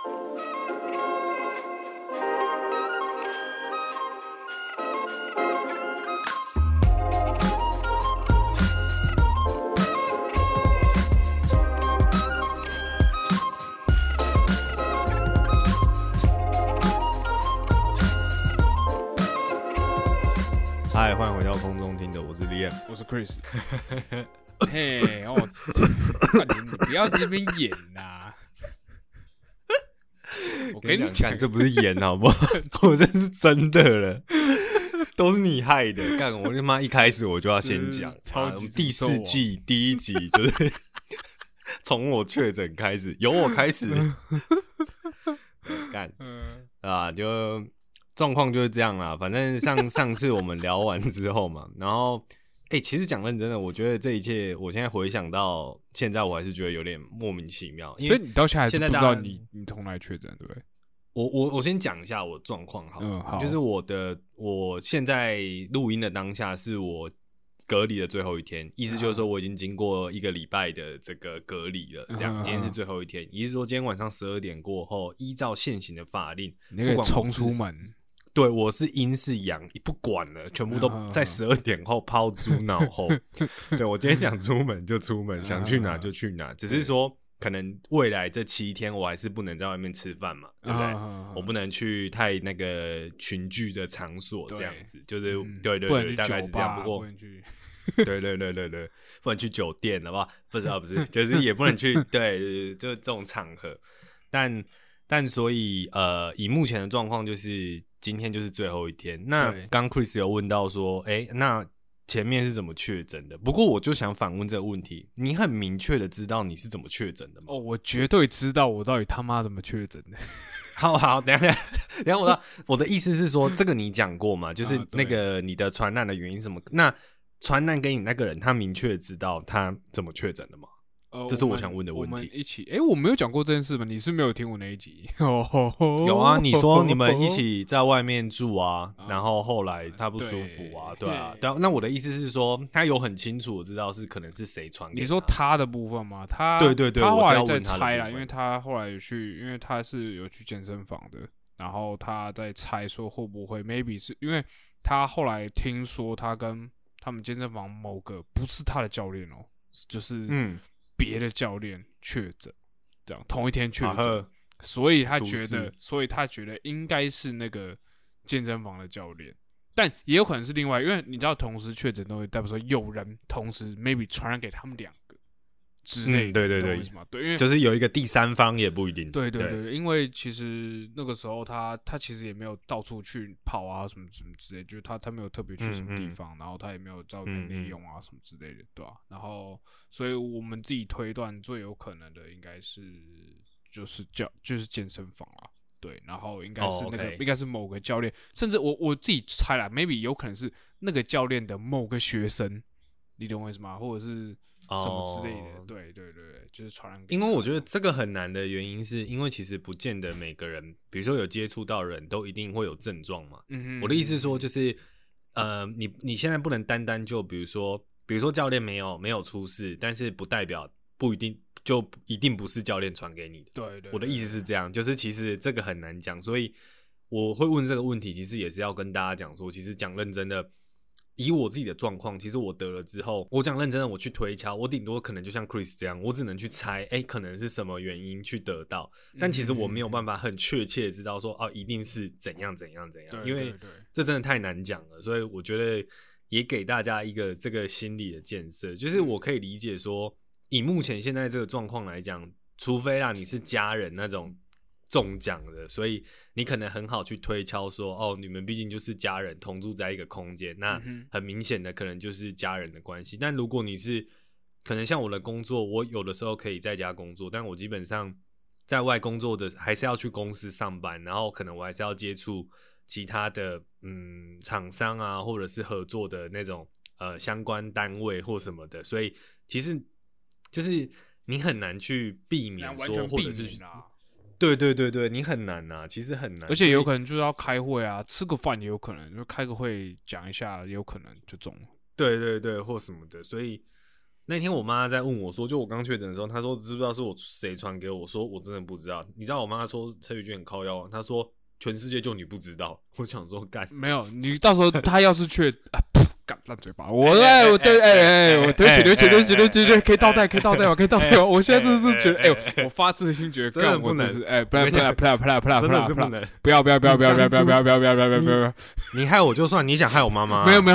嗨，欢迎回到空中听的，我是 Liam， 我是 Chris。嘿，哦，你不要这边演呐！我跟你讲， 这不是演好不好？我这是真的了，都是你害的。干，我他妈一开始我就要先讲， 超级第4季第1集就是从我确诊开始，由我开始干啊，就。状况就是这样啦，反正上次我们聊完之后嘛，然后其实讲认真的，我觉得这一切，我现在回想到现在，我还是觉得有点莫名其妙。 所以你到现在还是不知道你从哪里确诊，对不对？ 我先讲一下我状况好，就是我现在录音的当下是我隔离的最后一天，意思就是说我已经经过1个礼拜的这个隔离了，这样今天是最后一天，也就是说今天晚上12点过后，依照现行的法令， 你可以冲出门。 对，我是阴是阳，不管了，全部都在12点后抛诸脑后。对，我今天想出门就出门，想去哪就去哪，只是说可能未来这7天我还是不能在外面吃饭嘛，对不对？我不能去太那个群聚的场所，这样子就是对，大概是这样。不过对，不能去酒店了吧？不是，就是也不能去对，就是这种场合。但所以以目前的状况就是今天就是最后一天。那刚 Chris 有问到说，那前面是怎么确诊的？不过我就想反问这个问题，你很明确的知道你是怎么确诊的吗？ 我绝对知道我到底他妈怎么确诊的。 好，等一下我的意思是说，这个你讲过嘛？就是那个你的传染的原因是什么？那传染给你那个人，他明确知道他怎么确诊的吗？这是我想问的问题。 我们一起，我没有讲过这件事吗？你是没有听我那一集？ 有啊，你说你们一起在外面住啊，然后后来他不舒服啊，对啊。那我的意思是说，他有很清楚我知道是可能是谁传给他。 你说他的部分吗？ 对， 他后来在猜啦，因为他后来因为他是有去健身房的，然后他在猜说会不会 maybe 是因为他后来听说他跟他们健身房某个不是他的教练就是别的教练确诊，这样同一天确诊，所以他觉得应该是那个健身房的教练，但也有可能是另外，因为你知道同时确诊都会代表说有人同时 maybe 传染给他们2个之类的， 对， 因为就是有一个第三方也不一定， 对，因为其实那个时候他其实也没有到处去跑啊什么之类的，就是他没有特别去什么地方，然后他也没有在外面内用啊什么之类的，对吧？然后所以我们自己推断最有可能的应该是就是健身房啦，对，然后应该是应该是某个教练，甚至我自己猜啦 ，maybe 有可能是那个教练的某个学生，你懂我意思吗？或者是什么之类的，对，就是传染给。 因为我觉得这个很难的原因是因为其实不见得每个人，比如说有接触到的人都一定会有症状嘛。我的意思是说，就是你现在不能单就比如说教练没有出事，但是不代表不一定就一定不是教练传给你的。 对， 我的意思是这样，就是其实这个很难讲，所以我会问这个问题，其实也是要跟大家讲说，其实讲认真的。以我自己的状况，其实我得了之后，我讲认真的，我去推敲，我顶多可能就像 Chris 这样，我只能去猜，可能是什么原因去得到，但其实我没有办法很确切知道说，一定是怎样，因为这真的太难讲了，所以我觉得也给大家一个这个心理的建设，就是我可以理解说，以目前现在这个状况来讲，除非你是家人那种中奖的，所以你可能很好去推敲说，你们毕竟就是家人，同住在一个空间，那很明显的可能就是家人的关系。但如果你是可能像我的工作，我有的时候可以在家工作，但我基本上在外工作的还是要去公司上班，然后可能我还是要接触其他的厂商啊，或者是合作的那种相关单位或什么的，所以其实就是你很难去避免说，或者是对，你很难啊，其实很难， 而且有可能就是要开会啊，吃个饭也有可能，就开个会讲一下，也有可能就中了。 对，或什么的，所以那天我妈在问我说，就我刚确诊的时候，她说知不知道是我谁传给我，我说我真的不知道。你知道我妈说陈宇君很靠腰吗？她说全世界就你不知道。我想说干没有，你到时候他要是确干烂嘴巴，我对我对不起，可以倒带吗？我现在真的是觉得我发自心觉得真的不能， 不要， 真的是不能， 不要， 你害我就算，你想害我妈妈？ 没有，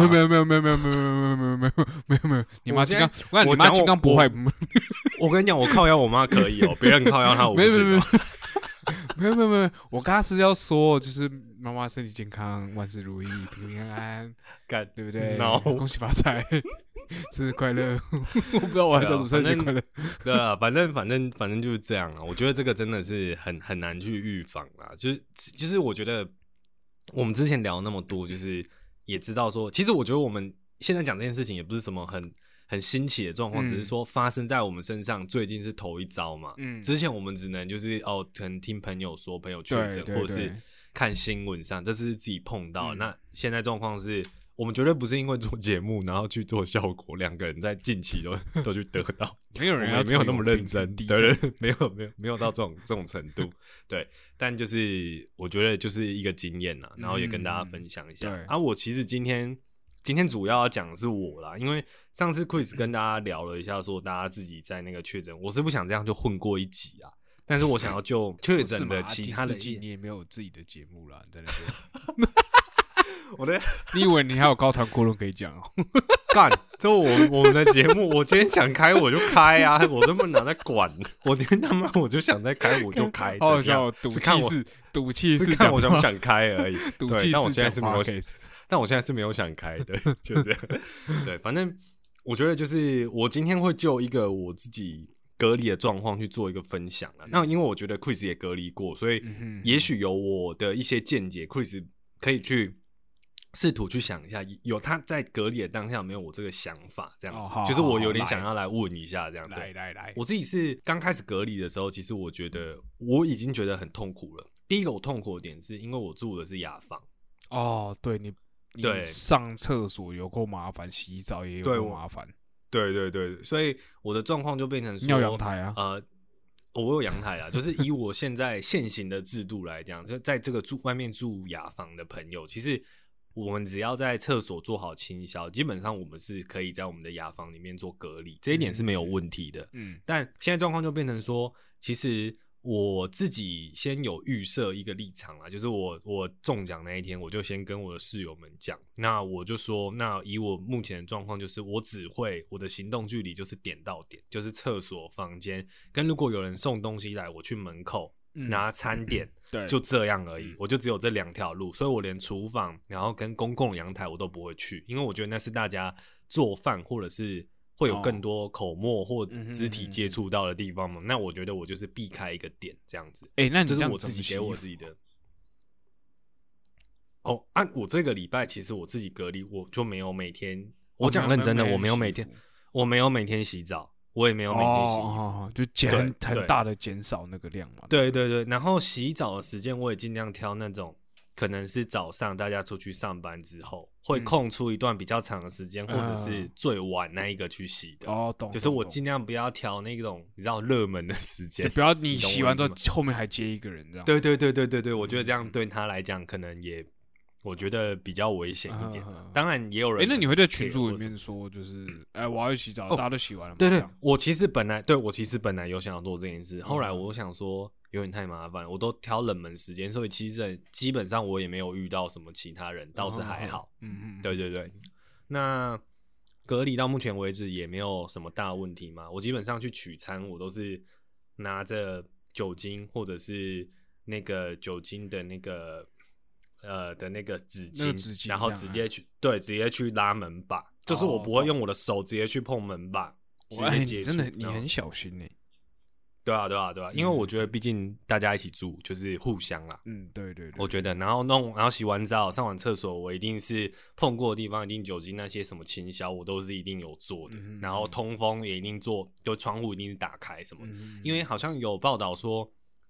你妈金刚，我你妈金刚不会。 我跟你讲，我靠腰我妈可以别人靠腰她我不行。 没有，我刚刚是要说，就是妈妈身体健康，万事如意，平平安安，对不对？恭喜发财，生日快乐！我不知道我还叫什么生日快乐。 对啊，反正就是这样啊。我觉得这个真的是很难去预防啦。就是我觉得我们之前聊那么多，就是也知道说，其实我觉得我们现在讲这件事情也不是什么很新奇的状况，只是说发生在我们身上最近是头一遭嘛。之前我们只能就是可能听朋友说朋友确诊，或者是看新闻上，这是自己碰到。那现在状况是我们绝对不是因为做节目然后去做效果，两个人在近期都去得到， 没有人没有那么认真，对，没有到这种程度，对。但就是我觉得就是一个经验啦，然后也跟大家分享一下。我其实今天主要讲的是我啦，因为上次 Chris 跟大家聊了一下，说大家自己在那个确诊，我是不想这样就混过一集啊。但是我想要就确诊的其他的， 你也没有自己的节目啦，你在那边。你以为你还有高谈阔论可以讲哦？ 干，这我们的节目，我今天想开我就开啊，我都不哪在管。我今天他妈我就想再开我就开， 好笑，赌气是看我想不想开而已。 赌气是， 但我现在是没有。但我现在是没有想开的，就这样。对，反正我觉得就是我今天会就一个我自己隔离的状况去做一个分享啦。那因为我觉得 Chris 也隔离过，所以也许有我的一些见解 ，Chris 可以去试图去想一下，有他在隔离的当下有没有我这个想法，这样子。就是我有点想要来问一下，这样子。 来， 我自己是刚开始隔离的时候，其实我觉得我已经觉得很痛苦了。第一个我痛苦的点是因为我住的是雅房。 对你上厕所有够麻烦，洗澡也有够麻烦。 对，所以我的状况就变成说， 你有阳台啊？ 我有阳台啊，就是以我现在现行的制度来讲，就在这个外面住雅房的朋友，其实我们只要在厕所做好清消，基本上我们是可以在我们的雅房里面做隔离，这一点是没有问题的。但现在状况就变成说，其实我自己先有预设一个立场啦，就是我中奖那一天，我就先跟我的室友们讲，那我就说，那以我目前的状况，就是我只会我的行动距离就是点到点，就是厕所、房间，跟如果有人送东西来，我去门口拿餐点，就这样而已，我就只有这2条路，所以我连厨房，然后跟公共阳台我都不会去，因为我觉得那是大家做饭或者是会有更多口沫或肢体接触到的地方嘛，那我觉得我就是避开一个点这样子。 那你这是我自己给我自己的。我这个礼拜其实我自己隔离，我就没有每天。我讲认真的，我没有每天洗澡，我也没有每天洗衣服， 就很大的减少那个量嘛。 对，然后洗澡的时间我也尽量挑那种。可能是早上大家出去上班之后，会空出一段比较长的时间，或者是最晚那一个去洗的。 懂。 就是我尽量不要挑那种你知道热门的时间， 就不要你洗完之后后面还接一个人这样。 对，我觉得这样对他来讲可能也。我觉得比较危险一点当然也有人。 那你会在群组里面说，就是我要去洗澡，大家都洗完了吗？ 对，我其实本来有想要做这件事，后来我想说有点太麻烦，我都挑冷门时间，所以其实基本上我也没有遇到什么其他人，倒是还好。对。那隔离到目前为止也没有什么大问题嘛。我基本上去取餐，我都是拿着酒精或者是那个酒精的那个。的那个纸巾，然后直接去拉门把，就是我不会用我的手直接去碰门把，直接接触。 真的，你很小心欸。 对啊，因为我觉得毕竟大家一起住，就是互相啦。 对。 我觉得，然后洗完澡、上完厕所，我一定是碰过的地方，一定酒精那些什么清消，我都是一定有做的。然后通风也一定做，就窗户一定是打开什么。因为好像有报道说。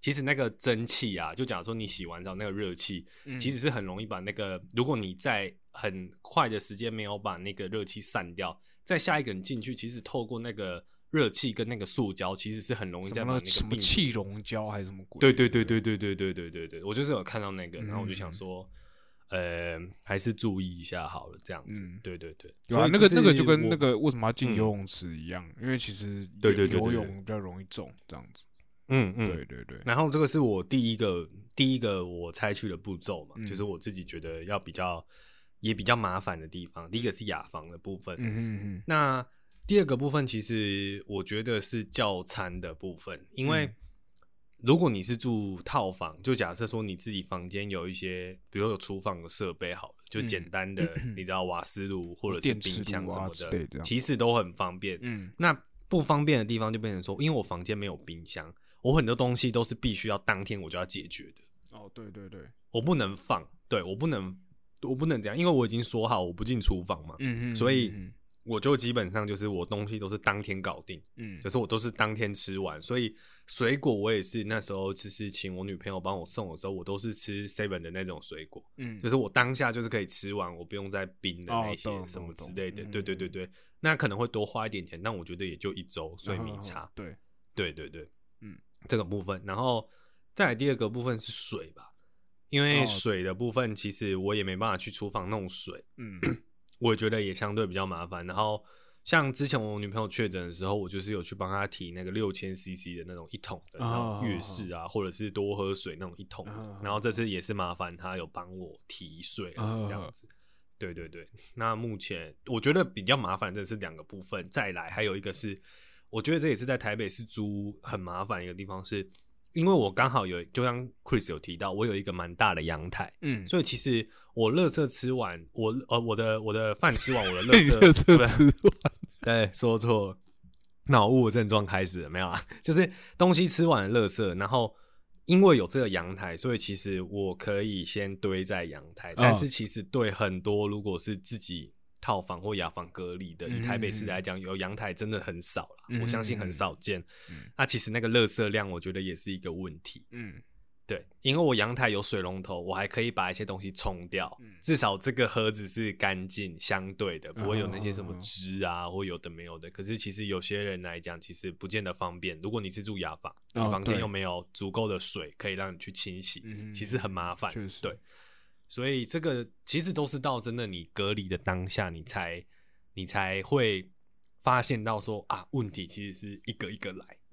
其实那个蒸汽啊，就假如说你洗完澡那个热气，其实是很容易把那个，如果你在很快的时间没有把那个热气散掉，再下一个人进去，其实透过那个热气跟那个塑胶，其是很容易再把那个什么气溶胶还是什么鬼？ 对，我就是有看到那个，然后我就想说，还是注意一下好了，这样子。对， 所以那个就跟那个为什么要进游泳池一样，因为其实游泳比较容易中这样子。对。 然后这个是我第一个我采取的步骤嘛，就是我自己觉得也比较麻烦的地方。第一个是雅房的部分，那第二个部分其实我觉得是叫餐的部分，因为如果你是住套房，就假设说你自己房间有一些，比如有厨房的设备好了，就简单的，你知道瓦斯炉或者是冰箱什么的，其实都很方便。那不方便的地方就变成说，因为我房间没有冰箱。我很多东西都是必须要当天我就要解决的。 对， 我不能放，对，我不能这样，因为我已经说好我不进厨房嘛，所以我就基本上就是我东西都是当天搞定，就是我都是当天吃完，所以水果我也是那时候就是请我女朋友帮我送的时候，我都是吃 7 的那种水果，就是我当下就是可以吃完，我不用再冰的那些什么之类的，对，那可能会多花一点钱，但我觉得也就1周，所以没差，对。这个部分，然后再来第二个部分是水吧，因为水的部分其实我也没办法去厨房弄水，我觉得也相对比较麻烦。然后像之前我女朋友确诊的时候，我就是有去帮她提那个6000cc 的那种1桶的那种月事啊，或者是多喝水那种1桶的，然后这次也是麻烦她有帮我提水这样子。对，那目前我觉得比较麻烦的是2个部分，再来还有一个是。我觉得这也是在台北市租很麻烦的一个地方，是因为我刚好就像 Chris 有提到，我有一个蛮大的阳台，所以其实我垃圾吃完，我的饭吃完，我的垃圾吃完，对，说错了，脑雾的症状开始了，没有啦，就是东西吃完的垃圾，然后因为有这个阳台，所以其实我可以先堆在阳台，但是其实对很多如果是自己套房或雅房隔离的，以台北市来讲，有阳台真的很少啦，我相信很少见。那其实那个垃圾量，我觉得也是一个问题。对，因为我阳台有水龙头，我还可以把一些东西冲掉，至少这个盒子是干净相对的，不会有那些什么汁啊或有的没有的。可是其实有些人来讲，其实不见得方便。如果你是住雅房，你房间又没有足够的水可以让你去清洗，其实很麻烦。对。所以这个其实都是到真的你隔离的当下，你才会发现到说啊，问题其实是一个一个来。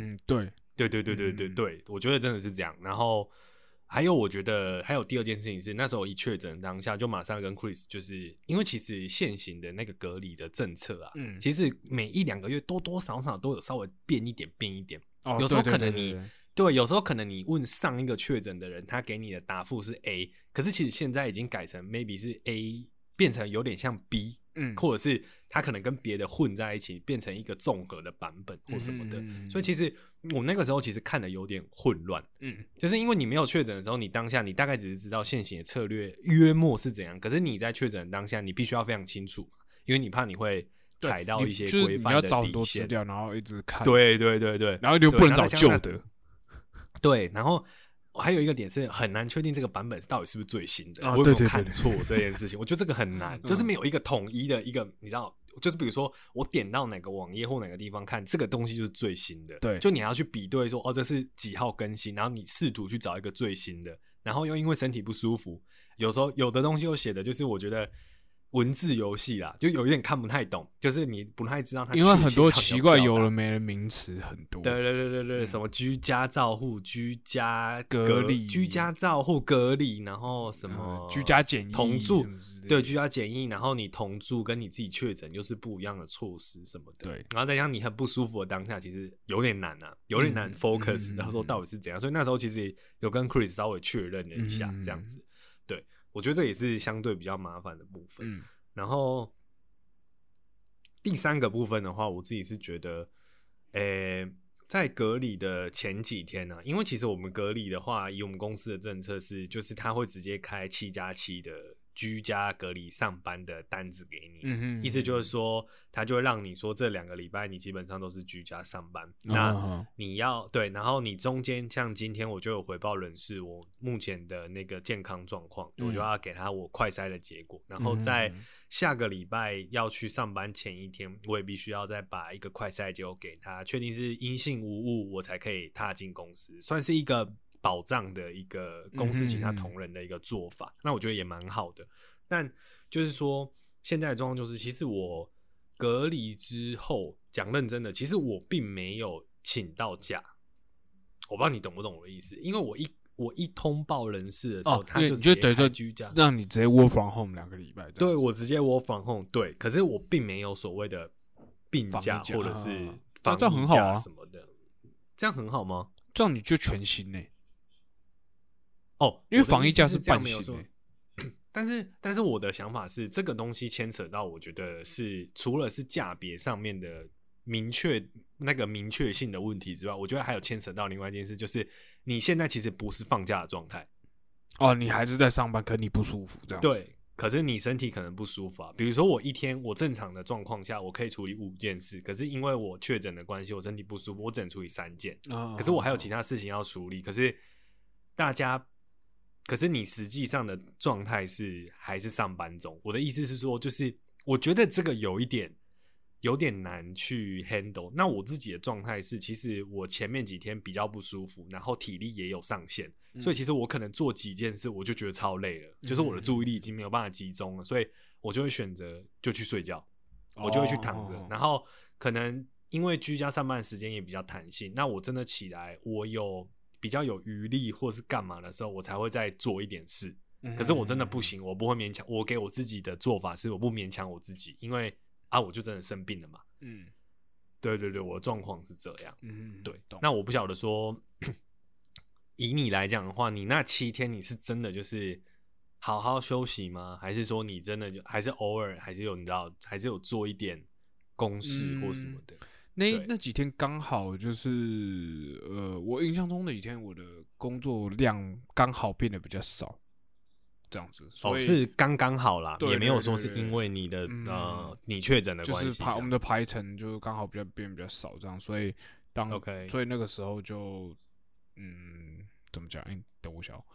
对，我觉得真的是这样。然后还有，我觉得还有第二件事情是，那时候一确诊当下，就马上跟 Chris， 就是因为其实现行的那个隔离的政策啊，其实每1-2个月多多少少都有稍微变一点。有时候可能你。对，有时候可能你问上一个确诊的人，他给你的答复是 A， 可是其实现在已经改成 maybe 是 A 变成有点像 B，或者是他可能跟别的混在一起，变成一个综合的版本或什么的。所以其实我那个时候其实看的有点混乱，就是因为你没有确诊的时候，你当下你大概只是知道现行的策略约莫是怎样，可是你在确诊当下，你必须要非常清楚，因为你怕你会踩到一些规范的底线，你要找很多资料，然后一直看， 对， 然后你又不能找旧的。 对，然后还有一个点是很难确定这个版本到底是不是最新的，我有没有看错这件事情？我觉得这个很难，就是没有一个统一的一个，你知道，就是比如说我点到哪个网页或哪个地方看，这个东西就是最新的，对，就你还要去比对说，这是几号更新，然后你试图去找一个最新的，然后又因为身体不舒服，有时候有的东西又写的就是我觉得。文字游戏啦，就有一点看不太懂，就是你不太知道它， 因为很多奇怪有的没的名词很多。 对，什么居家照护、居家隔离、居家照护隔离，然后什么居家检疫、 同住，对，居家检疫，然后你同住跟你自己确诊又是不一样的措施什么的。对，然后再加上你很不舒服的当下，其实有点难啊，有点难 focus，然后说到底是怎样，所以那时候其实有跟 Chris 稍微确认了一下，这样子，对。我觉得这也是相对比较麻烦的部分。然后第3个部分的话，我自己是觉得，在隔离的前几天呢，因为其实我们隔离的话，以我们公司的政策是，就是他会直接开7+7的居家隔离上班的单子给你， 嗯意思就是说，他就会让你说这2个礼拜你基本上都是居家上班， 哦那你要对，然后你中间像今天我就有回报人事我目前的那个健康状况，我就要给他我快筛的结果，然后在下个礼拜要去上班前一天，我也必须要再把一个快筛结果给他，确定是阴性无误，我才可以踏进公司，算是一个保障的一个公司其他同仁的一个做法，那我觉得也蛮好的。但就是说，现在的状况就是，其实我隔离之后，讲认真的，其实我并没有请到假。我不知道你懂不懂我的意思，因为我一通报人事的时候，他就直接开居家， 让你直接 work from home 2个礼拜。 对，我直接 work from home， 对，可是我并没有所谓的病假或者是防疫假什么的，这样很好吗？ 这样你就全薪呢。 哦， 因为防疫假是半薪欸。 但是我的想法是，这个东西牵扯到，我觉得是除了是价别上面的明确性的问题之外，我觉得还有牵扯到另外一件事，就是你现在其实不是放假的状态。 哦，你还是在上班，可你不舒服这样子。 对，可是你身体可能不舒服啊。比如说我一天我正常的状况下，我可以处理5件事，可是因为我确诊的关系，我身体不舒服，我只能处理3件。可是我还有其他事情要处理，可是你实际上的状态是还是上班中。我的意思是说，就是我觉得这个有点难去 handle。那我自己的状态是，其实我前面几天比较不舒服，然后体力也有上限，所以其实我可能做几件事我就觉得超累了，就是我的注意力已经没有办法集中了，所以我就会选择就去睡觉，我就会去躺着。然后可能因为居家上班的时间也比较弹性，那我真的起来我有比较有余力或是干嘛的时候，我才会再做一点事。可是我真的不行，我不会勉强。我给我自己的做法是，我不勉强我自己，因为我就真的生病了嘛。对对对，我的状况是这样。对。那我不晓得说，以你来讲的话，你那7天你是真的就是好好休息吗？还是说你真的还是偶尔还是有你知道，还是有做一点公事或什么的？ 那几天刚好就是我印象中那几天我的工作量刚好变得比较少，这样子，所以是刚刚好啦， 对对对对， 也没有说是因为你的你确诊的关系， 就是我们的排程就刚好变比较少，这样，所以所以那个时候就怎么讲？等我一下，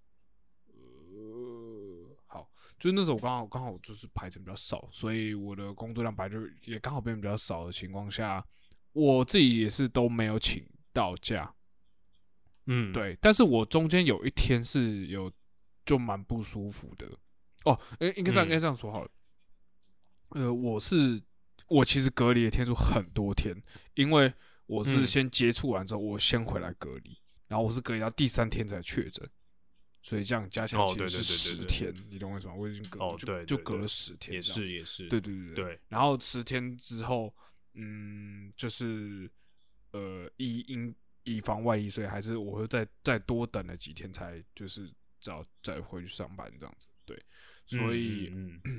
好，就是那时候我刚好就是排程比较少，所以我的工作量本来就也刚好变比较少的情况下，我自己也是都没有请到假。对，但是我中间有一天是就蛮不舒服的。应该这样说好了。我其实隔离的天数很多天，因为我是先接触完之后，我先回来隔离，然后我是隔离到第3天才确诊。所以这样加起来其实是10天，你懂我意思吗？我已经就隔了10天， 也是， 对。然后10天之后，就是以防万一，所以还是我会再多等了几天，才就是再回去上班这样子。对，所以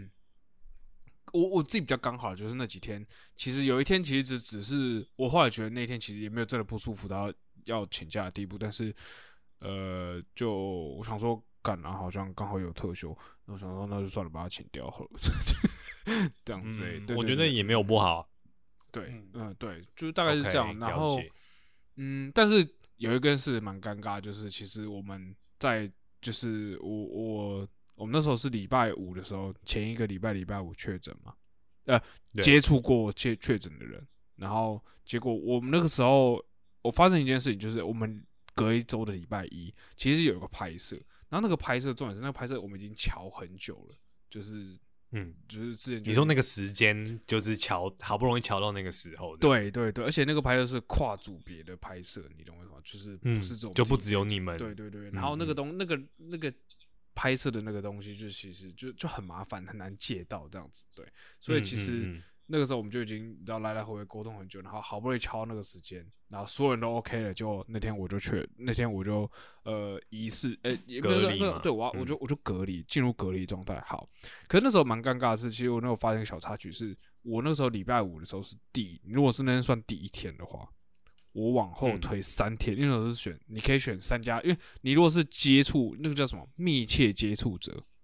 我自己比较刚好，就是那几天，其实有一天其实只是我后来觉得那天其实也没有真的不舒服到要请假的地步，但是。就我想说，好像刚好有特休，我想说那就算了，把它请掉好了，这样子。对， 我觉得也没有不好。 对，对，就是大概是这样。然后，但是有一件事蛮尴尬，就是其实我们就是我们那时候是礼拜5的时候，前一个礼拜5确诊嘛，接触过确诊的人，然后结果我们那个时候我发生一件事情，就是我们。隔一周的礼拜1，其实有一个拍摄，然后那个拍摄重点是那个拍摄我们已经瞧很久了，就是之前你说那个时间就是好不容易瞧到那个时候， 对，而且那个拍摄是跨组别的拍摄，你懂我意思吗？就是不是这种就不只有你们， 对，然后那个拍摄的那个东西，就其实就很麻烦，很难借到这样子，对，所以其实。那个时候我们就已经你知道来来回回沟通很久，然后好不容易敲到那个时间，然后所有人都 OK 了，就那天我就仪式也没有那个对我就隔离进入隔离状态。好，可是那时候蛮尴尬的是，其实我那时候发现一个小插曲是，我那个时候礼拜5的时候是如果是那天算第1天的话，我往后推3天，因为我是你可以选3家，因为你如果是接触那个叫什么密切接触者。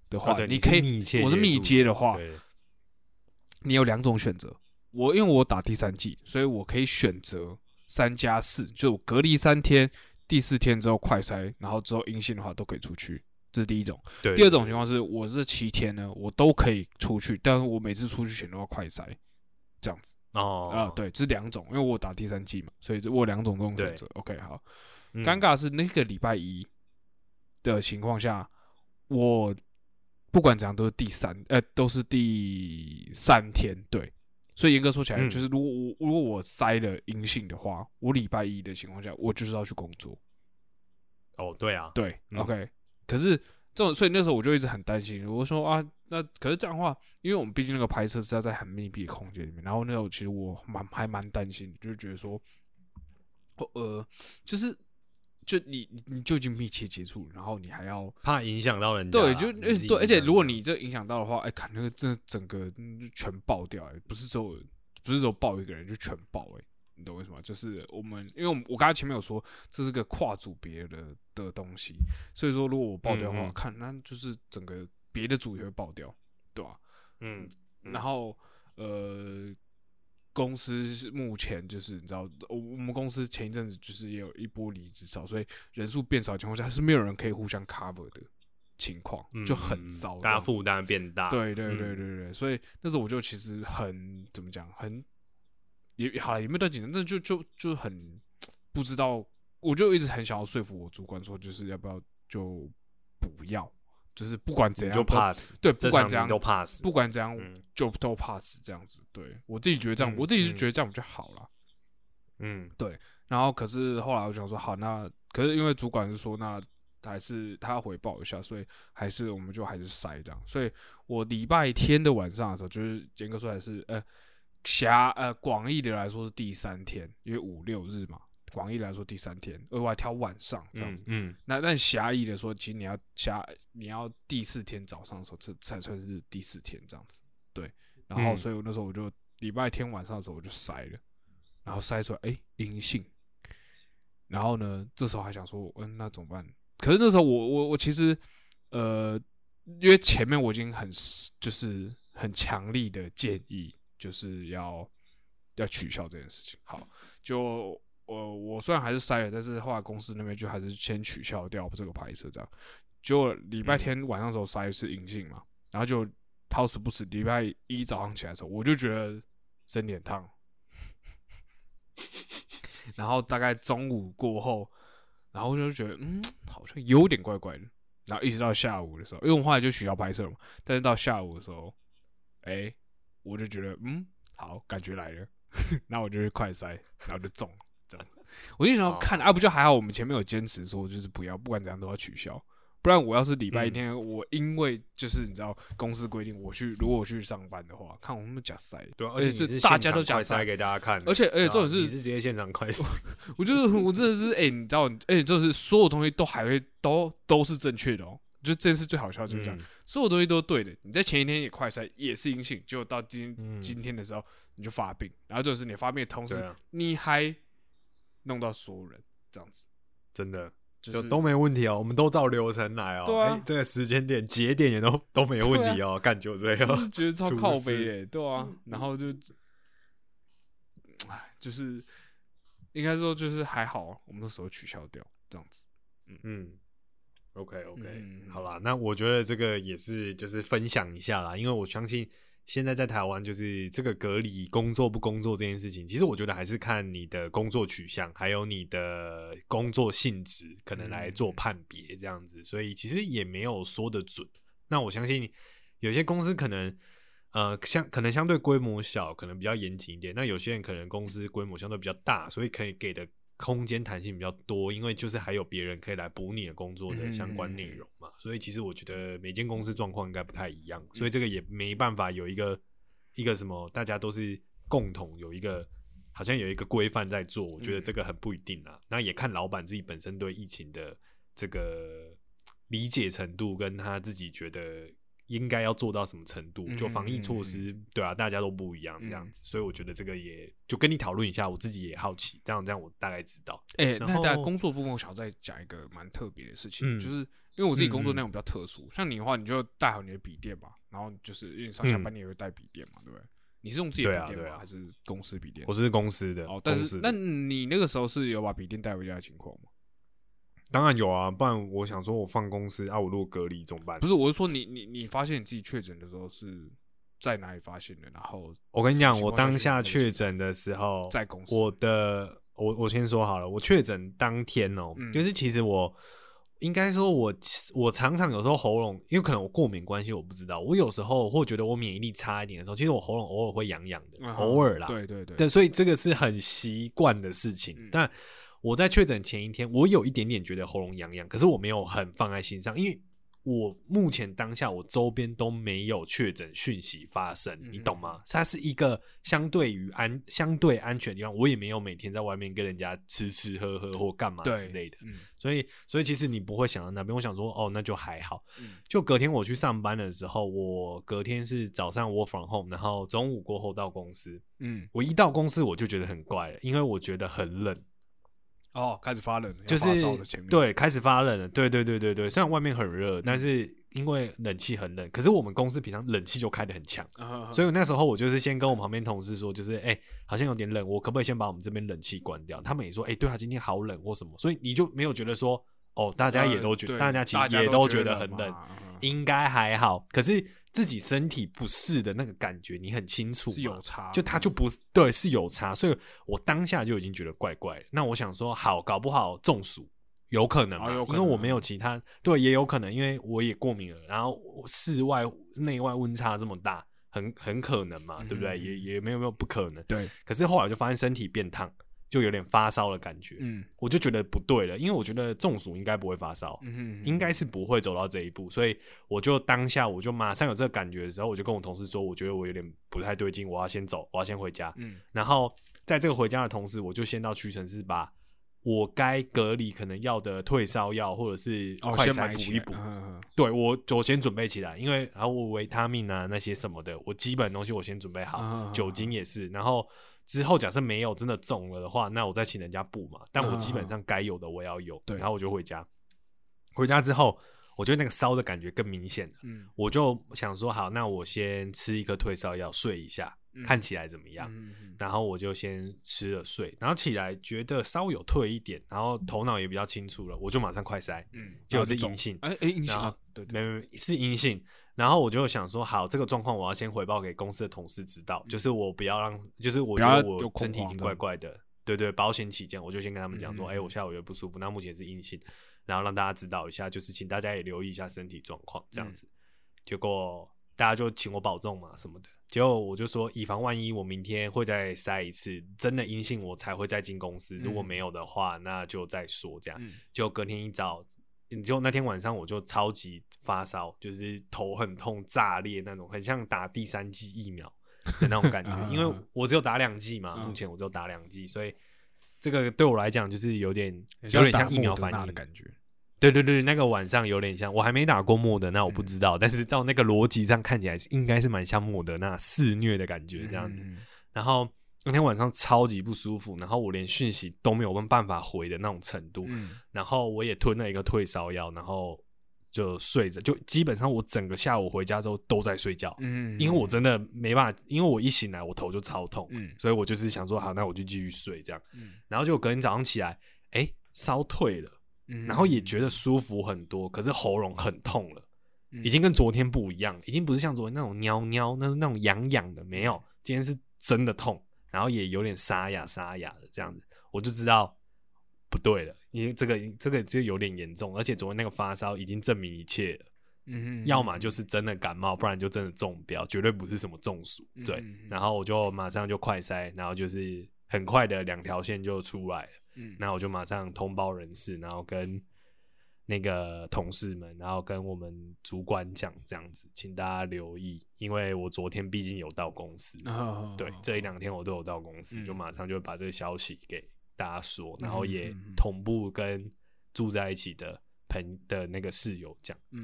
的话， 对你可以我是密接的话，你有2种选择。因为我打第3剂，所以我可以选择3+4，就我隔离3天，第4天之后快筛，然后之后阴性的话都可以出去。这是第一种。第二种情况是我这7天呢，我都可以出去，但是我每次出去前都要快筛，这样子。对，这是2种，因为我打第3剂嘛，所以我有2种这种选择。OK， 好。尴尬的是那个礼拜1的情况下，我不管怎样都是都是第3天，对。所以严格说起来，就是如果我筛了阴性的话，我礼拜1的情况下，我就是要去工作。 对啊， 对，OK。可是所以那时候我就一直很担心，我说啊，那可是这样的话，因为我们毕竟那个拍摄是要在很密闭的空间里面，然后那时候其实我还蛮担心的，就是觉得说，就你就已经密切接触，然后你还要怕影响到人家， 对，对，而且如果你这影响到的话，看那个真的整个全爆掉，不是只有爆一个人就全爆，你懂为什么？就是因为我刚才前面有说这是个跨组别的东西，所以说如果我爆掉的话，看那就是整个别的组也会爆掉，对吧？然后公司目前就是你知道，我们公司前一阵子就是也有一波离职潮，所以人数变少的情况下，是没有人可以互相 cover 的情况，就很糟， 大家负担变大。 对，所以那时候我就其实很怎么讲，也好了，也没有到紧张，但就很不知道，我就一直很想要说服我主管说，就是要不要就不要。就是不管怎样就 pass， 对，不管怎样都 pass， 不管怎样就都 pass 这样子。对，我自己觉得这样，我自己就觉得这样比较好啦。对。然后可是后来我想说，好，那可是因为主管是说，那还是他要回报一下，所以我们就还是筛这样。所以我礼拜天的晚上的时候，就是严格说来是广义的来说是第3天，因为5、6日嘛。广义来说第3天，额外挑晚上这样子。但狭义的说，其实你要第4天早上的时候，这才算是第4天这样子。对，然后所以我那时候我就礼拜天晚上的时候我就筛了，然后筛出来阴性。然后呢，这时候还想说，那怎么办？可是那时候我其实因为前面我已经就是很强力的建议，就是要取消这件事情。好，就。我虽然还是筛了，但是后来公司那边就还是先取消掉这个拍摄，这样。结果礼拜天晚上的时候筛是阴性嘛，然后就好死不死，礼拜1早上起来的时候，我就觉得身体很烫，然后大概中午过后，然后我就觉得好像有点怪怪的，然后一直到下午的时候，因为我后来就取消拍摄了嘛，但是到下午的时候，我就觉得好，感觉来了，然后我就去快筛，然后就中了。这样子，我就想要看不就还好，我们前面有坚持说就是不要，不管怎样都要取消，不然我要是礼拜天，我因为就是你知道公司规定，如果我去上班的话，看我们假塞， 对，而且是大家都假塞给大家看， 而且这种是你是直接现场快塞， 我真的是你知道，就是所有东西都是正确的哦，就这件事最好笑就是这样，所有东西都对的，你在前一天也快筛也是阴性，结果到今天的时候你就发病，然后就是你发病的同时，你还弄到所有人这样子， 真的就都没问题哦，我们都照流程来哦。对啊，这个时间点节点也都没问题哦，干就这样， 就是觉得超靠北耶，对啊，然后就是应该说就是还好，我们那时候取消掉这样子。 OK， 好啦，那我觉得这个也是就是分享一下啦，因为我相信。现在在台湾，就是这个隔离工作不工作这件事情，其实我觉得还是看你的工作取向，还有你的工作性质，可能来做判别这样子。所以其实也没有说得准。那我相信有些公司可能可能相对规模小，可能比较严谨一点。那有些人可能公司规模相对比较大，所以可以给的空间弹性比较多，因为就是还有别人可以来补你的工作的相关内容嘛，所以其实我觉得每间公司状况应该不太一样，所以这个也没办法有一个什么大家都是共同好像有一个规范在做，我觉得这个很不一定啊。那也看老板自己本身对疫情的这个理解程度，跟他自己觉得应该要做到什么程度，就防疫措施，对啊，大家都不一样这样子，所以我觉得这个也就跟你讨论一下，我自己也好奇，这样我大概知道。 那在工作部分，我想再讲一个蛮特别的事情，就是因为我自己工作内容比较特殊，像你的话，你就带好你的笔电嘛，然后就是因为上下班你也会带笔电嘛，对不对？你是用自己的笔电吗？还是公司笔电？ 我是公司的。 但是那你那个时候是有把笔电带回家的情况吗？ 当然有啊，不然我想说我放公司啊，我如果隔离怎么办？ 不是，我是说你发现你自己确诊的时候是在哪里发现的？然后我跟你讲，我当下确诊的时候， 在公司。 我先说好了，我确诊当天就是其实我应该说我常常有时候喉咙，因为可能我过敏关系，我不知道，我有时候或觉得我免疫力差一点的时候，其实我喉咙偶尔会痒痒的，偶尔啦。对，所以这个是很习惯的事情，但。我在确诊前一天，我有一点点觉得喉咙痒痒，可是我没有很放在心上，因为我目前当下我周边都没有确诊讯息发生，你懂吗？它是一个相对安全的地方，我也没有每天在外面跟人家吃喝或干嘛之类的，所以其实你不会想到那边，我想说那就还好。就隔天我去上班的时候，我隔天是早上work from home，然后中午过后到公司，我一到公司我就觉得很怪了，因为我觉得很冷。 开始发冷了， 就是对，开始发冷了，对。虽然外面很热，但是因为冷气很冷，可是我们公司平常冷气就开得很强，所以那时候我就是先跟我旁边同事说，就是好像有点冷，我可不可以先把我们这边冷气关掉？他们也说，对啊，今天好冷或什么，所以你就没有觉得说，大家也都觉得，大家其实也都觉得很冷，应该还好，可是。自己身体不适的那个感觉，你很清楚， 是有差， 就它就不是对，是有差，所以我当下就已经觉得怪怪的。那我想说，好，搞不好中暑，有可能嘛，因为我没有其他，对，也有可能，因为我也过敏了，然后室外内外温差这么大，很可能嘛，对不对？也没有不可能， 对。 可是后来就发现身体变烫。就有点发烧的感觉，我就觉得不对了，因为我觉得中暑应该不会发烧，应该是不会走到这一步，所以我就当下我就马上有这个感觉的时候，我就跟我同事说，我觉得我有点不太对劲，我要先走，我要先回家，然后在这个回家的同时，我就先到屈臣氏把我该隔离可能要的退烧药或者是快筛补一补，对我先准备起来，因为然后我维他命啊那些什么的，我基本东西我先准备好，酒精也是，然后。之后假设没有真的中了的话，那我再请人家补嘛。但我基本上该有的我要有，然后我就回家。回家之后，我觉得那个烧的感觉更明显了。我就想说，好，那我先吃一颗退烧药睡一下，看起来怎么样？然后我就先吃了睡，然后起来觉得稍微有退一点，然后头脑也比较清楚了，我就马上快筛，结果是阴性。 阴性啊？对， 没是阴性。然后我就想说，好，这个状况我要先回报给公司的同事知道，就是我不要让，就是我觉得我身体已经怪怪的，对，保险起见，我就先跟他们讲说，我下午有点不舒服，那目前是阴性，然后让大家知道一下，就是请大家也留意一下身体状况，这样子。结果大家就请我保重嘛什么的，结果我就说，以防万一，我明天会再筛一次，真的阴性我才会再进公司，如果没有的话，那就再说这样。就隔天一早。就那天晚上我就超级发烧，就是头很痛、炸裂那种，很像打第3剂疫苗的那种感觉。因为我只有打2剂嘛，目前我只有打2剂，所以这个对我来讲就是有点像疫苗反应的感觉。 对，那个晚上有点像，我还没打过莫德纳，我不知道，但是照那个逻辑上看起来应该是蛮像莫德纳肆虐的感觉这样子。然后那天晚上超级不舒服，然后我连讯息都没有办法回的那种程度，然后我也吞了一个退烧药，然后就睡着，就基本上我整个下午回家之后都在睡觉，因为我真的没办法，因为我一醒来我头就超痛，所以我就是想说好，那我就继续睡这样，然后就隔天早上起来，烧退了，然后也觉得舒服很多，可是喉咙很痛了，已经跟昨天不一样，已经不是像昨天那种喵喵那种痒痒的，没有，今天是真的痛。然后也有点沙哑的这样子，我就知道不对了，因为这个就有点严重，而且昨天那个发烧已经证明一切了，要么就是真的感冒，不然就真的中标，绝对不是什么中暑，对。然后我就马上就快筛，然后就是很快的2条线就出来了，然后我就马上通报人事，然后跟那个同事们，然后跟我们主管讲这样子，请大家留意，因为我昨天毕竟有到公司，对，这1-2天我都有到公司，就马上就把这个消息给大家说，然后也同步跟住在一起的那个室友讲，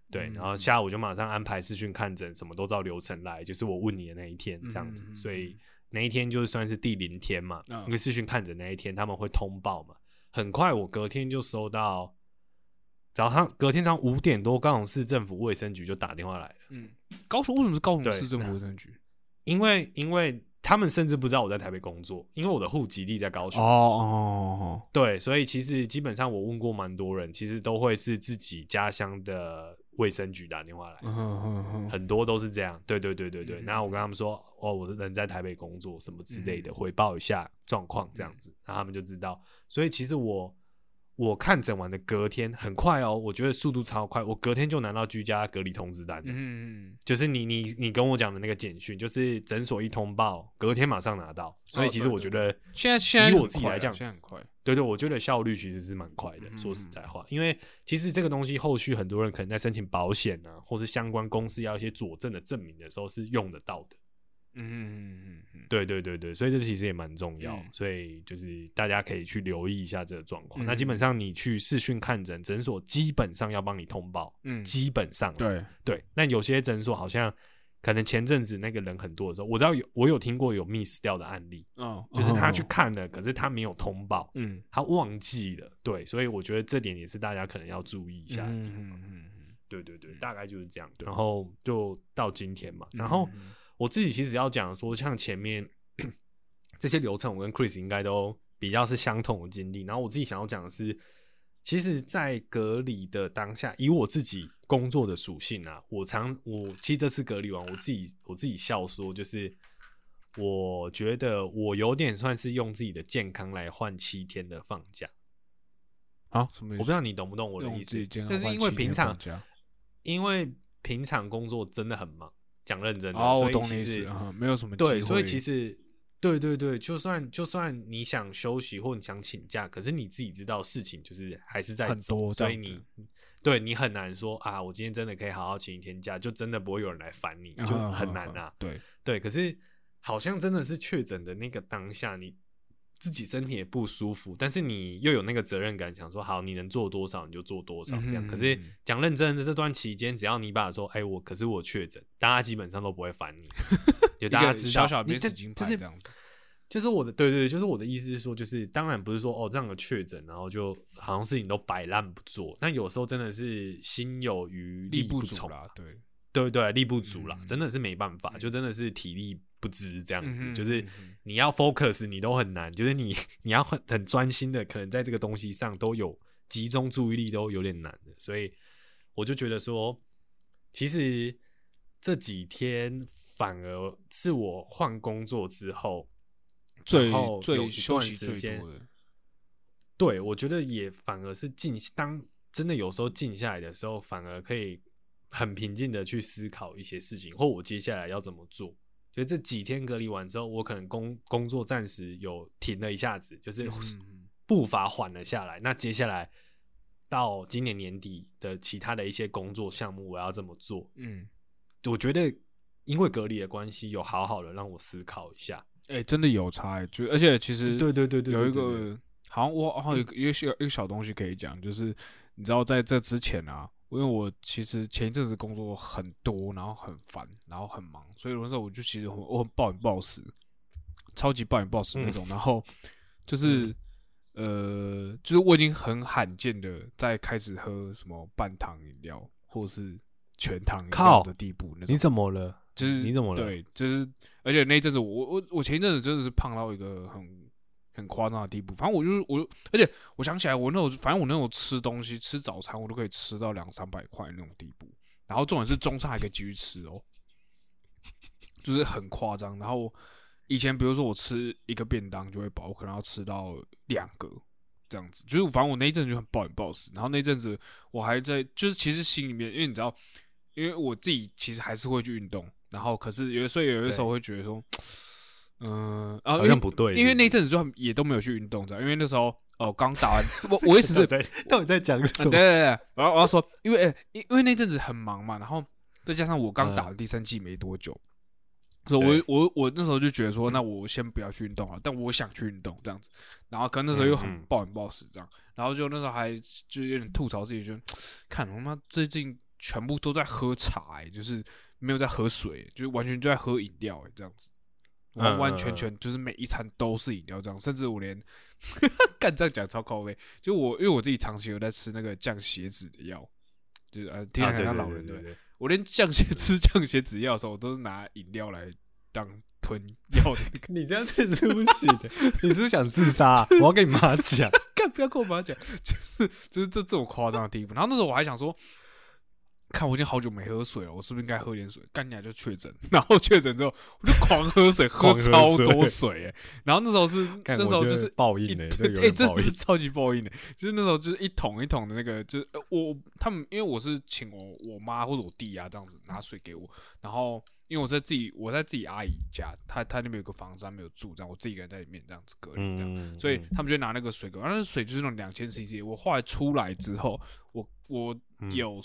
对，然后下午就马上安排视讯看诊，什么都照流程来，就是我问你的那一天这样子，所以那一天就算是第0天嘛，因为视讯看诊那一天他们会通报嘛，很快我隔天就收到，隔天早上5点多，高雄市政府卫生局就打电话来了。 高雄为什么是高雄市政府卫生局？ 因为他们甚至不知道我在台北工作，因为我的户籍地在高雄。对，所以其实基本上我问过蛮多人，其实都会是自己家乡的卫生局打电话来，很多都是这样。对。然后我跟他们说，我是人在台北工作什么之类的，回报一下状况这样子，然后他们就知道。所以其实我看诊完的隔天很快哦，我觉得速度超快，我隔天就拿到居家隔离通知单了。就是你跟我讲的那个简讯，就是诊所一通报，隔天马上拿到。所以其实我觉得现在以我自己来讲， 现在很快。 对，我觉得效率其实是蛮快的。说实在话，因为其实这个东西后续很多人可能在申请保险啊，或是相关公司要一些佐证的证明的时候是用得到的。对，所以这其实也蛮重要，所以就是大家可以去留意一下这个状况。那基本上你去视讯看诊，诊所基本上要帮你通报，基本上对。那有些诊所好像可能前阵子那个人很多的时候，我知道我有听过有 miss 掉的案例，就是他去看了，可是他没有通报，他忘记了，对，所以我觉得这点也是大家可能要注意一下的地方。对，大概就是这样。然后就到今天嘛，然后我自己其实要讲说，像前面这些流程，我跟 Chris 应该都比较是相同的经历。然后我自己想要讲的是，其实，在隔离的当下，以我自己工作的属性啊，我其实这次隔离完，我自己笑说，就是我觉得我有点算是用自己的健康来换7天的放假。 什么意思？ 我不知道你懂不懂我的意思，就是因为平常工作真的很忙。讲认真的，所以其实没有什么机会。 对，所以其实对，就算你想休息或你想请假，可是你自己知道事情就是还是在走，所以你很难说啊，我今天真的可以好好请1天假，就真的不会有人来烦你，就很难啊。对，可是好像真的是确诊的那个当下，你自己身体也不舒服，但是你又有那个责任感，想说好，你能做多少你就做多少这样。可是讲认真的，这段期间，只要你把说，可是我确诊，大家基本上都不会烦你，就大家知道， 小小面纸巾牌这样子。 就是我的对，就是我的意思是说，就是当然不是说这样的确诊，然后就好像事情都摆烂不做，但有时候真的是心有余力不从啦， 对，力不足啦，真的是没办法，就真的是体力不支这样子，就是你要 focus 你都很难，就是你要很专心的，可能在这个东西上都有集中注意力都有点难的，所以我就觉得说，其实这几天反而是我换工作之后最休息最多的。对，我觉得也反而是当真的有时候静下来的时候，反而可以很平静的去思考一些事情，或我接下来要怎么做。就这几天隔离完之后，我可能工作暂时有停了一下子，就是步伐缓了下来。那接下来到今年年底的其他的一些工作项目，我要怎么做？我觉得因为隔离的关系，有好好的让我思考一下。 真的有差而且其实对， 有一个好像我有一个小东西可以讲，就是你知道在这之前啊，因为我其实前一阵子工作很多，然后很烦，然后很忙，所以有的时候我就其实我很暴饮暴食，超级暴饮暴食那种，然后就是就是我已经很罕见的在开始喝什么半糖饮料或是全糖饮料的地步那种。 你怎么了？ 就是你怎么了？ 对，就是而且那一阵子我前一阵子真的是胖到一个很夸张的地步。反正而且我想起来，我那种吃东西吃早餐，我都可以吃到200-300块那种地步。然后重点是中餐还可以继续吃哦，就是很夸张。然后以前比如说我吃一个便当就会饱，我可能要吃到2个这样子。就是反正我那一阵子就很暴饮暴食。然后那阵子我还在，就是其实心里面，因为你知道，因为我自己其实还是会去运动。然后，可是所以有的时候会觉得说， 好像不对， 因为那阵子就也都没有去运动，因为那时候刚打完，我意思是到底在讲什么？ 对，我要说，因为那阵子很忙嘛，然后再加上我刚打了第3剂没多久，所以我那时候就觉得说，那我先不要去运动了，但我想去运动这样子，然后可能那时候又很暴饮暴食这样，然后就那时候还就有点吐槽自己，就看我妈最近全部都在喝茶、就是没有在喝水，就是完全就在喝饮料、这样子，完完全全就是每一餐都是饮料这样，甚至我连干这样讲超靠背，就因为我自己长期有在吃那个降血脂的药，就是听起来很像老人对，我连吃降血脂药的时候，我都是拿饮料来当吞药的。 你这样子是不行的，你是不是想自杀、啊？我要跟你妈讲， 干不要跟我妈讲，就是这种夸张的地步。然后那时候我还想说，看我已经好久没喝水了，我是不是应该喝点水？干你俩就确诊，然后确诊之后我就狂喝水，喝超多水然后那时候就是报应真的是超级报应就是那时候就是一桶一桶的那个，就是他们因为我是请我妈或者我弟啊这样子拿水给我，然后因为我在自己阿姨家，她那边有个房子，她没有住，这样我自己一个人在里面这样子隔离这样，所以他们就拿那个水给我，那水就是那种2000cc，我后来出来之后，我有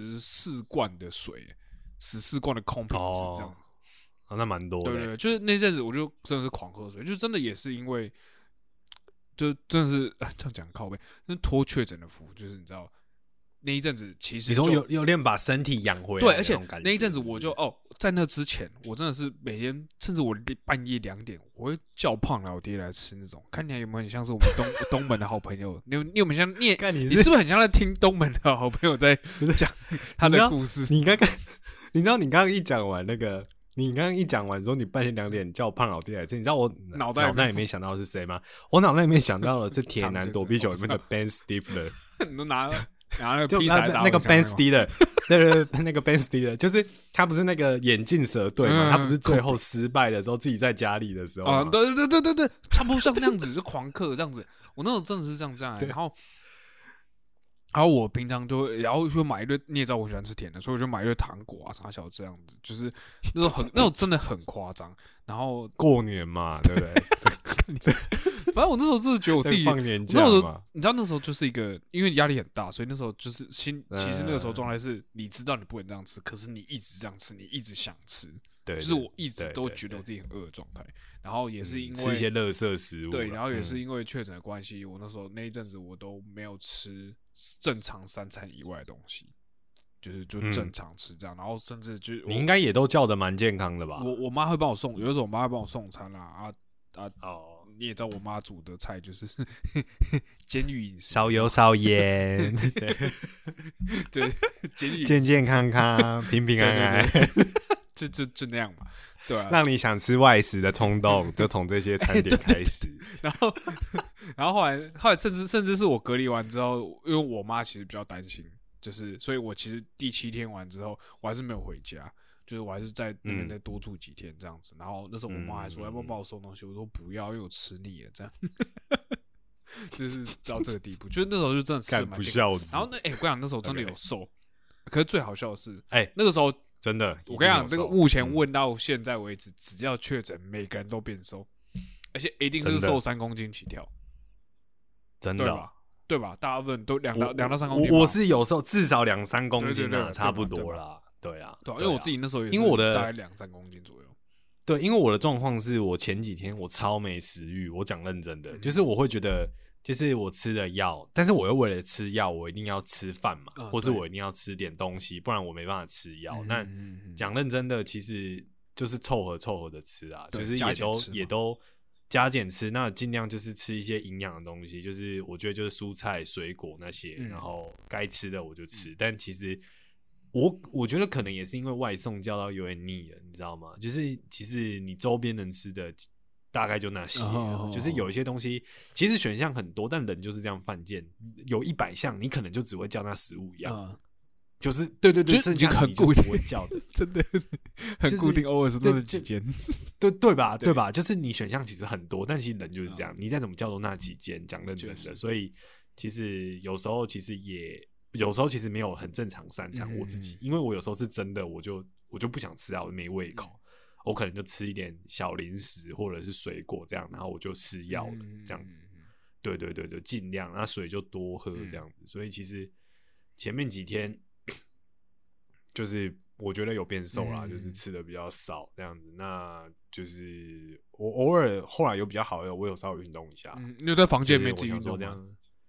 14罐的水，14罐的空瓶子这样子， 那蛮多的。 对，就是那阵子我就真的是狂喝水，就真的也是因为，就真的是这样讲靠背，那托确诊的福，就是你知道。那一阵子其实你说有点把身体养回来， 对，而且那一阵子我就在那之前，我真的是每天，甚至我半夜2点，我会叫胖老爹来吃那种，看起来有没有很像是我们东门的好朋友？你有没有像你是不是很像在听东门的好朋友在讲他的故事？ 你知道你刚刚一讲完那个，你刚刚一讲完之后，你半夜2点叫胖老爹来吃，你知道我脑袋里面想到的是谁吗？我脑袋里面想到的是铁男躲避球里面的 Ben Stifler， 你都拿那个披萨那个 Ben Stiller， 对，那个 Ben Stiller， 就是他不是那个眼镜蛇队嘛？他不是最后失败的时候，自己在家里的时候对，差不多像那样子，就狂嗑这样子。我那时候真的是这样，然后我平常然后就买一堆，你也知道我喜欢吃甜的，所以我就买一堆糖果啊啥小这样子，就是那种真的很夸张。然后过年嘛，对不对？ 反正我那时候真的觉得我自己放年假嘛， 你知道那时候就是一个，因为压力很大，所以那时候就是其实那个时候状态是，你知道你不能这样吃，可是你一直这样吃，你一直想吃， 对， 就是我一直都觉得我自己很饿的状态。然后也是因为吃一些垃圾食物， 对，然后也是因为确诊的关系，我那时候那一阵子我都没有吃正常3餐以外的东西。就正常吃这样，然后甚至就你应该也都叫的蛮健康的吧？ 我妈会帮我送，有的时候我妈会帮我送餐啦你也知道我妈煮的菜就是监狱饮食， 少油少盐， 对，监狱健健康康，平平安安， 就那样嘛，对啊， 让你想吃外食的冲动就从这些餐点开始， 然后后来甚至是我隔离完之后，因为我妈其实比较担心。就是，所以我其实第7天完之后，我还是没有回家，就是我还是在那边再多住几天这样子。然后那时候我妈还说要不要帮我送东西，我说不要，因为我吃腻了这样。就是到这个地步，就是那时候就真的吃得蛮健康。然后我跟你讲，那时候真的有瘦。可是最好笑的是，那个时候真的， 我跟你讲，这个目前问到现在为止，只要确诊，每个人都变瘦，而且一定是瘦3公斤起跳， 真的。 对吧？大部分都2到3公斤。 我是有时候至少2-3公斤啊，差不多啦。对啊， 因为我自己那时候也是， 因为我的大概2-3公斤左右。 对，因为我的状况是我前几天我超没食欲，我讲认真的，就是我会觉得，就是我吃了药，但是我又为了吃药，我一定要吃饭嘛，或是我一定要吃点东西，不然我没办法吃药。那讲认真的，其实就是凑合的吃啊，就是也都。加减吃，那尽量就是吃一些营养的东西，就是我觉得就是蔬菜、水果那些，然后该吃的我就吃。但其实我觉得可能也是因为外送叫到有点腻了，你知道吗？就是其实你周边能吃的大概就那些，就是有一些东西其实选项很多，但人就是这样犯贱，有100项你可能就只会叫那15样。就是对， 就已经很固定， 不会叫的， 真的很固定，偶尔是那几间， 对吧？对吧？就是你选项其实很多，但其实人就是这样，你再怎么叫都那几间，讲认真的。所以其实有时候其实没有很正常3餐，我自己，因为我有时候是真的，我就不想吃啊，我没胃口，我可能就吃一点小零食或者是水果这样，然后我就吃药了这样子。对，尽量，那水就多喝这样子。所以其实前面几天。就是我觉得有变瘦啦，就是吃的比较少这样子。那就是我偶尔后来有比较好的，我有稍微运动一下。 你有在房间里面自己运动这样？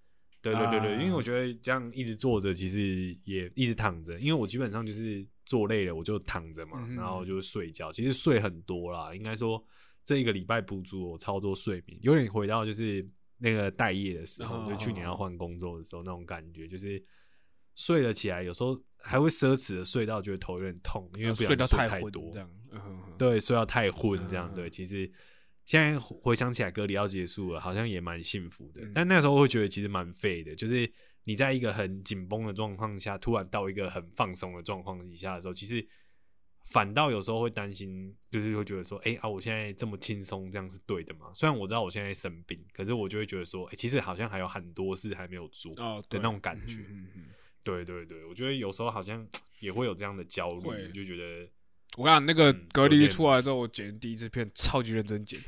对，因为我觉得这样一直坐着，其实也一直躺着，因为我基本上就是坐累了我就躺着嘛，然后就睡觉，其实睡很多啦，应该说这一个礼拜补足我超多睡眠，有点回到就是那个待业的时候，就去年要换工作的时候那种感觉，就是睡了起来，有时候还会奢侈的睡到觉得头有点痛，因为不想睡太多， 这样， 对，睡到太昏这样，对，其实现在回想起来，隔离要结束了，好像也蛮幸福的，但那时候会觉得其实蛮废的，就是你在一个很紧绷的状况下，突然到一个很放松的状况底下的时候，其实反倒有时候会担心，就是会觉得说，我现在这么轻松，这样是对的吗？虽然我知道我现在生病，可是我就会觉得说，其实好像还有很多事还没有做的那种感觉。对，我觉得有时候好像也会有这样的焦虑，就觉得我跟你讲，那个隔离出来之后，我剪第一支片超级认真剪，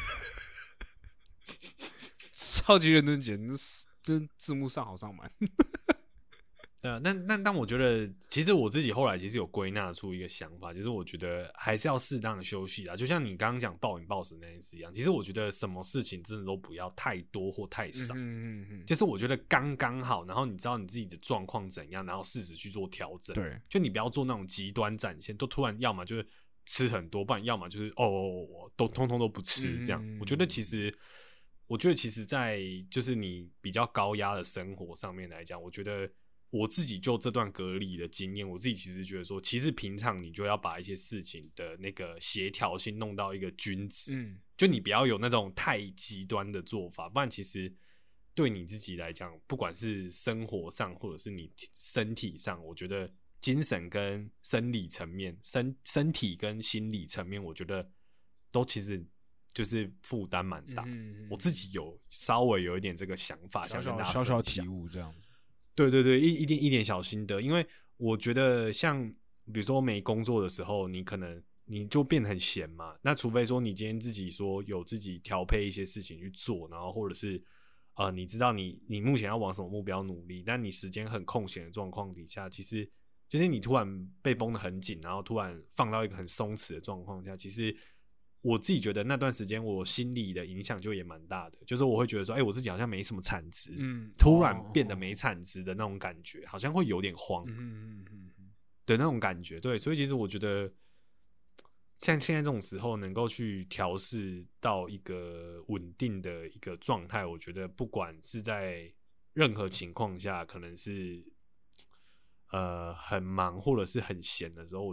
超级认真剪，真字幕上好上满。 对啊，但我觉得，其实我自己后来其实有归纳出一个想法，就是我觉得还是要适当的休息啦。就像你刚刚讲暴饮暴食那件事一样，其实我觉得什么事情真的都不要太多或太少，就是我觉得刚刚好，然后你知道你自己的状况怎样，然后适时去做调整。对，就你不要做那种极端展现，都突然要么就是吃很多，不然要么就是都通通都不吃这样。我觉得其实在就是你比较高压的生活上面来讲，我觉得。我自己就这段隔离的经验，我自己其实觉得说，其实平常你就要把一些事情的那个协调性弄到一个均值，就你不要有那种太极端的做法，不然其实对你自己来讲，不管是生活上或者是你身体上，我觉得精神跟生理层面、身体跟心理层面，我觉得都其实就是负担蛮大。我自己有稍微有一点这个想法，想跟大家分享小体悟这样子。 对，一点小心得，因为我觉得像比如说没工作的时候，你可能你就变得很闲嘛。那除非说你今天自己说有自己调配一些事情去做，然后或者是你知道你目前要往什么目标努力，但你时间很空闲的状况底下，其实就是你突然被绷得很紧，然后突然放到一个很松弛的状况下，其实。我自己觉得那段时间我心理的影响就也蛮大的，就是我会觉得说，我自己好像没什么产值，突然变得没产值的那种感觉，好像会有点慌的那种感觉。对，所以其实我觉得，像现在这种时候能够去调试到一个稳定的一个状态，我觉得不管是在任何情况下，可能是很忙或者是很闲的时候，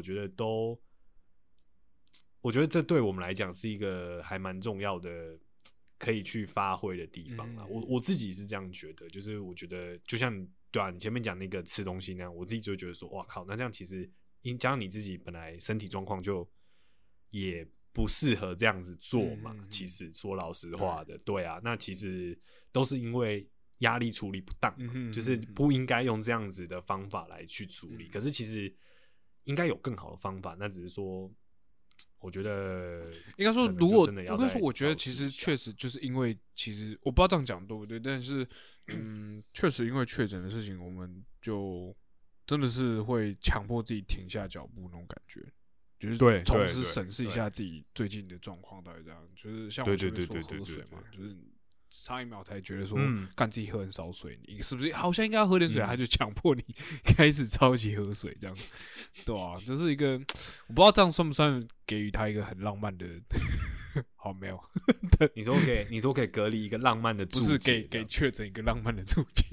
我觉得这对我们来讲是一个还蛮重要的，可以去发挥的地方啦。我自己是这样觉得，就是我觉得就像对啊，你前面讲那个吃东西那样，我自己就会觉得说，哇靠，那这样其实加上你自己本来身体状况就也不适合这样子做嘛。其实说老实话的，对啊，那其实都是因为压力处理不当，就是不应该用这样子的方法来去处理。可是其实应该有更好的方法，那只是说。我觉得应该说，如果应该说，我觉得其实确实就是因为，其实我不知道这样讲对不对，但是确实因为确诊的事情，我们就真的是会强迫自己停下脚步那种感觉，就是同时审视一下自己最近的状况到底这样，就是像我前面说喝水嘛，就是上一秒才觉得说，干自己喝很少水，你是不是好像应该要喝点水？他就强迫你开始超级喝水，这样，对啊，就是一个我不知道这样算不算给予他一个很浪漫的，好没有？ 你说给隔离一个浪漫的注解， 不是给确诊一个浪漫的注解。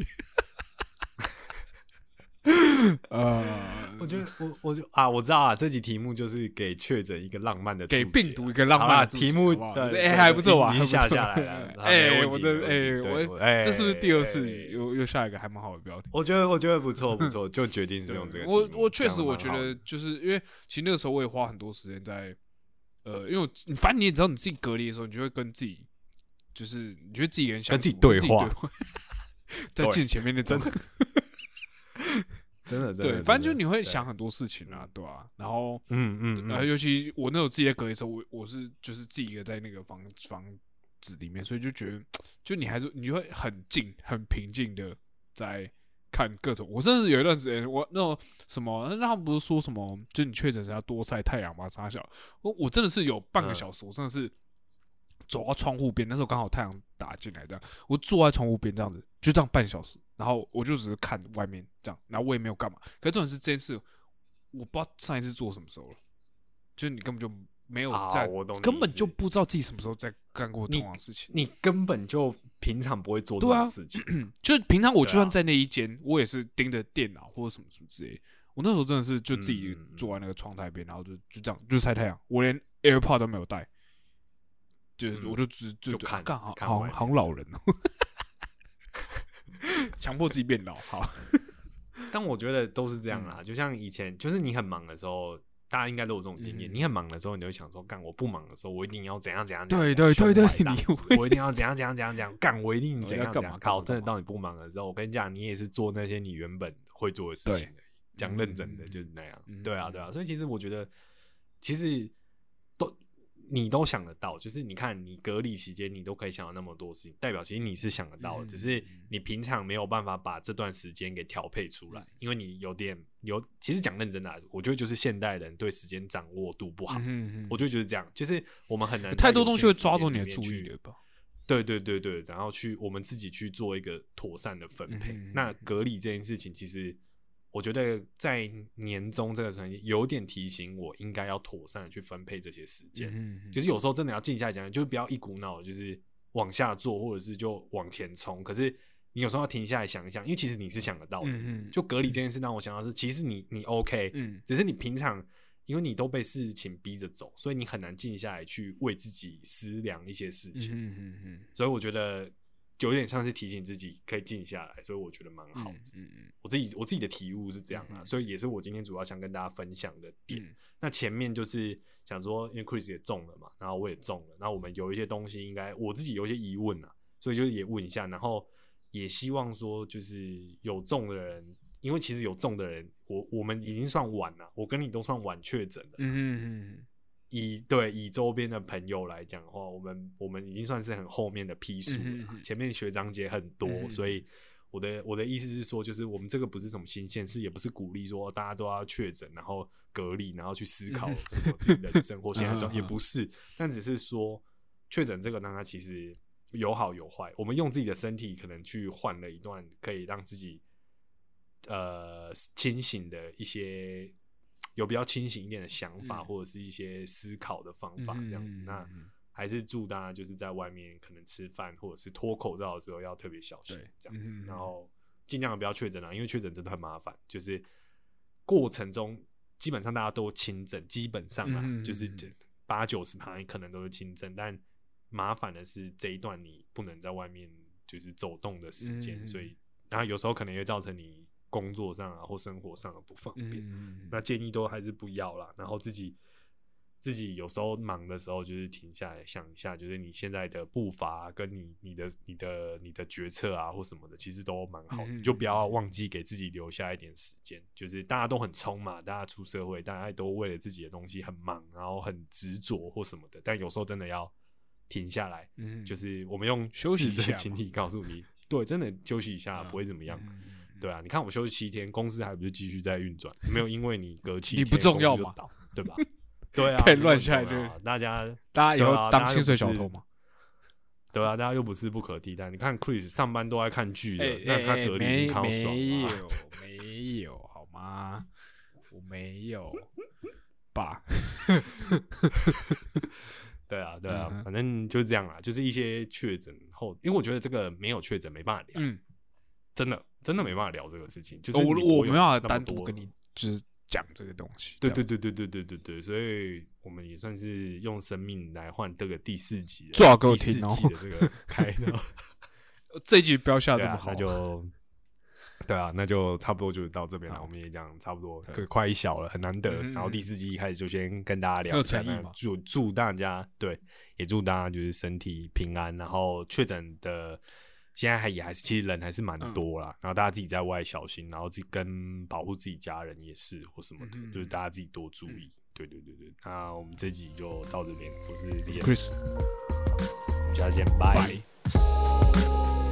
我觉得我知道啊，这集题目就是给确诊一个浪漫的注解， 给病毒一个浪漫的注解， 题目对，还不错吧？ 已经下来了。 我这是不是第二次又下一个还蛮好的标题？ 我觉得不错，就决定是用这个。 我确实我觉得就是因为其实那个时候我也花很多时间在因为反正你也知道你自己隔离的时候，你就会跟自己就是你觉得自己跟自己对话， 在镜前面的真的。 真的对，反正就你会想很多事情啊，对吧？然后尤其我那种自己在隔离的时候，我是就是自己一个在那个房子里面，所以就觉得就你就会很静很平静的在看各种。我甚至有一段时间，我那种什么，那他们不是说什么，就你确诊时要多晒太阳嘛，啥小，我真的是有半个小时，我真的是走到窗户边，那时候刚好太阳打进来，这样我坐在窗户边这样子就这样半小时，然后我就只是看外面这样，然后我也没有干嘛。可是重点是这件事，我不知道上一次做什么时候了，就是你根本就没有在，根本就不知道自己什么时候在干过同样的事情。 你根本就平常不会做这种事情， 就是平常我就算在那一间，我也是盯着电脑或者什么之类的。我那时候真的是就自己坐在那个窗台边，然后就这样，就晒太阳。我连 AirPod 都没有带，就是我就就看，好老人哦，强迫自己变老。好， 但我觉得都是这样啦。就像以前，就是你很忙的时候。大家应该都有这种经验，你很忙的时候，你就会想说，干我不忙的时候，我一定要怎样怎样。 对， 我一定要怎样怎样怎样怎样干，我一定怎样怎样。好，真的到你不忙的时候，我跟你讲，你也是做那些你原本会做的事情的。讲认真的就是那样。对啊，对啊。所以其实我觉得，其实你都想得到，就是你看你隔离期间你都可以想到那么多事情，代表其实你是想得到的，只是你平常没有办法把这段时间给调配出来，因为你其实讲认真的我觉得就是现代人对时间掌握度不好，我觉得就是这样，就是我们很难太多东西会抓住你的注意力吧。 对，然后我们自己去做一个妥善的分配。那隔离这件事情，其实我觉得在年终这个时间有点提醒我应该要妥善的去分配这些时间，就是有时候真的要静下来讲，就是不要一股脑就是往下做，或者是就往前冲。可是你有时候要停下来想一想，因为其实你是想得到的。就隔离这件事让我想到是，其实你 OK，只是你平常因为你都被事情逼着走，所以你很难静下来去为自己思量一些事情。所以我觉得。有点像是提醒自己可以静下来，所以我觉得蛮好的。我自己的体悟是这样啊，所以也是我今天主要想跟大家分享的点。那前面就是想说，因为 Chris 也中了嘛，然后我也中了，然后我们有一些东西应该我自己有一些疑问啊，所以就也问一下，然后也希望说就是有中的人，因为其实有中的人，我们已经算晚了，我跟你都算晚确诊了。以周边的朋友来讲的话，我们已经算是很后面的批数了，前面学长姐很多，所以我的意思是说，就是我们这个不是什么新鲜事，也不是鼓励说大家都要确诊，然后隔离，然后去思考什么自己人生或现在状，也不是，但只是说确诊这个呢，它其实有好有坏，我们用自己的身体可能去换了一段可以让自己清醒的一些。有比较清醒一点的想法，或者是一些思考的方法，这样子。那还是祝大家就是在外面可能吃饭或者是脱口罩的时候要特别小心，这样子。然后尽量不要确诊因为确诊真的很麻烦。就是过程中基本上大家都轻症，基本上就是80-90%可能都是轻症，但麻烦的是这一段你不能在外面就是走动的时间，所以然后有时候可能也会造成你。工作上或生活上的不方便，那建议都还是不要啦。然后自己有时候忙的时候，就是停下来想一下，就是你现在的步伐跟你的决策啊或什么的，其实都蛮好的。就不要忘记给自己留下一点时间。就是大家都很冲嘛，大家出社会，大家都为了自己的东西很忙，然后很执着或什么的。但有时候真的要停下来，就是我们用休息一下， 群体告诉你，对，真的休息一下不会怎么样。对啊，你看我休息7天，公司还不是继续在运转？没有因为你隔7天， 你不重要嘛， 对吧？对啊， 太乱下来就大家以后当薪水小偷嘛。 对啊，大家又不是不可替代。你看 Chris 上班都在看剧了，那他隔离看到爽吗？ 没有好吗？我没有吧？ 对啊，反正就是这样啦。就是一些确诊后，因为我觉得这个没有确诊没办法聊。真的没办法聊这个事情，就是我没办法单独跟你就是讲这个东西。 对，所以我们也算是用生命来换这个第4集， 最好给我听哦。第4季的这个开头， 这一集不要下这么好， 那就差不多就到这边了。我们也讲差不多，快1小了，很难得。然后第4季一开始就先跟大家聊一下，祝大家也祝大家就是身体平安，然后确诊的。现在还是其实人还是蛮多啦，然后大家自己在外小心，然后自己跟保护自己家人也是或什么的，就是大家自己多注意。对，那我们这集就到这边，我是 Chris， 我们下次见，拜。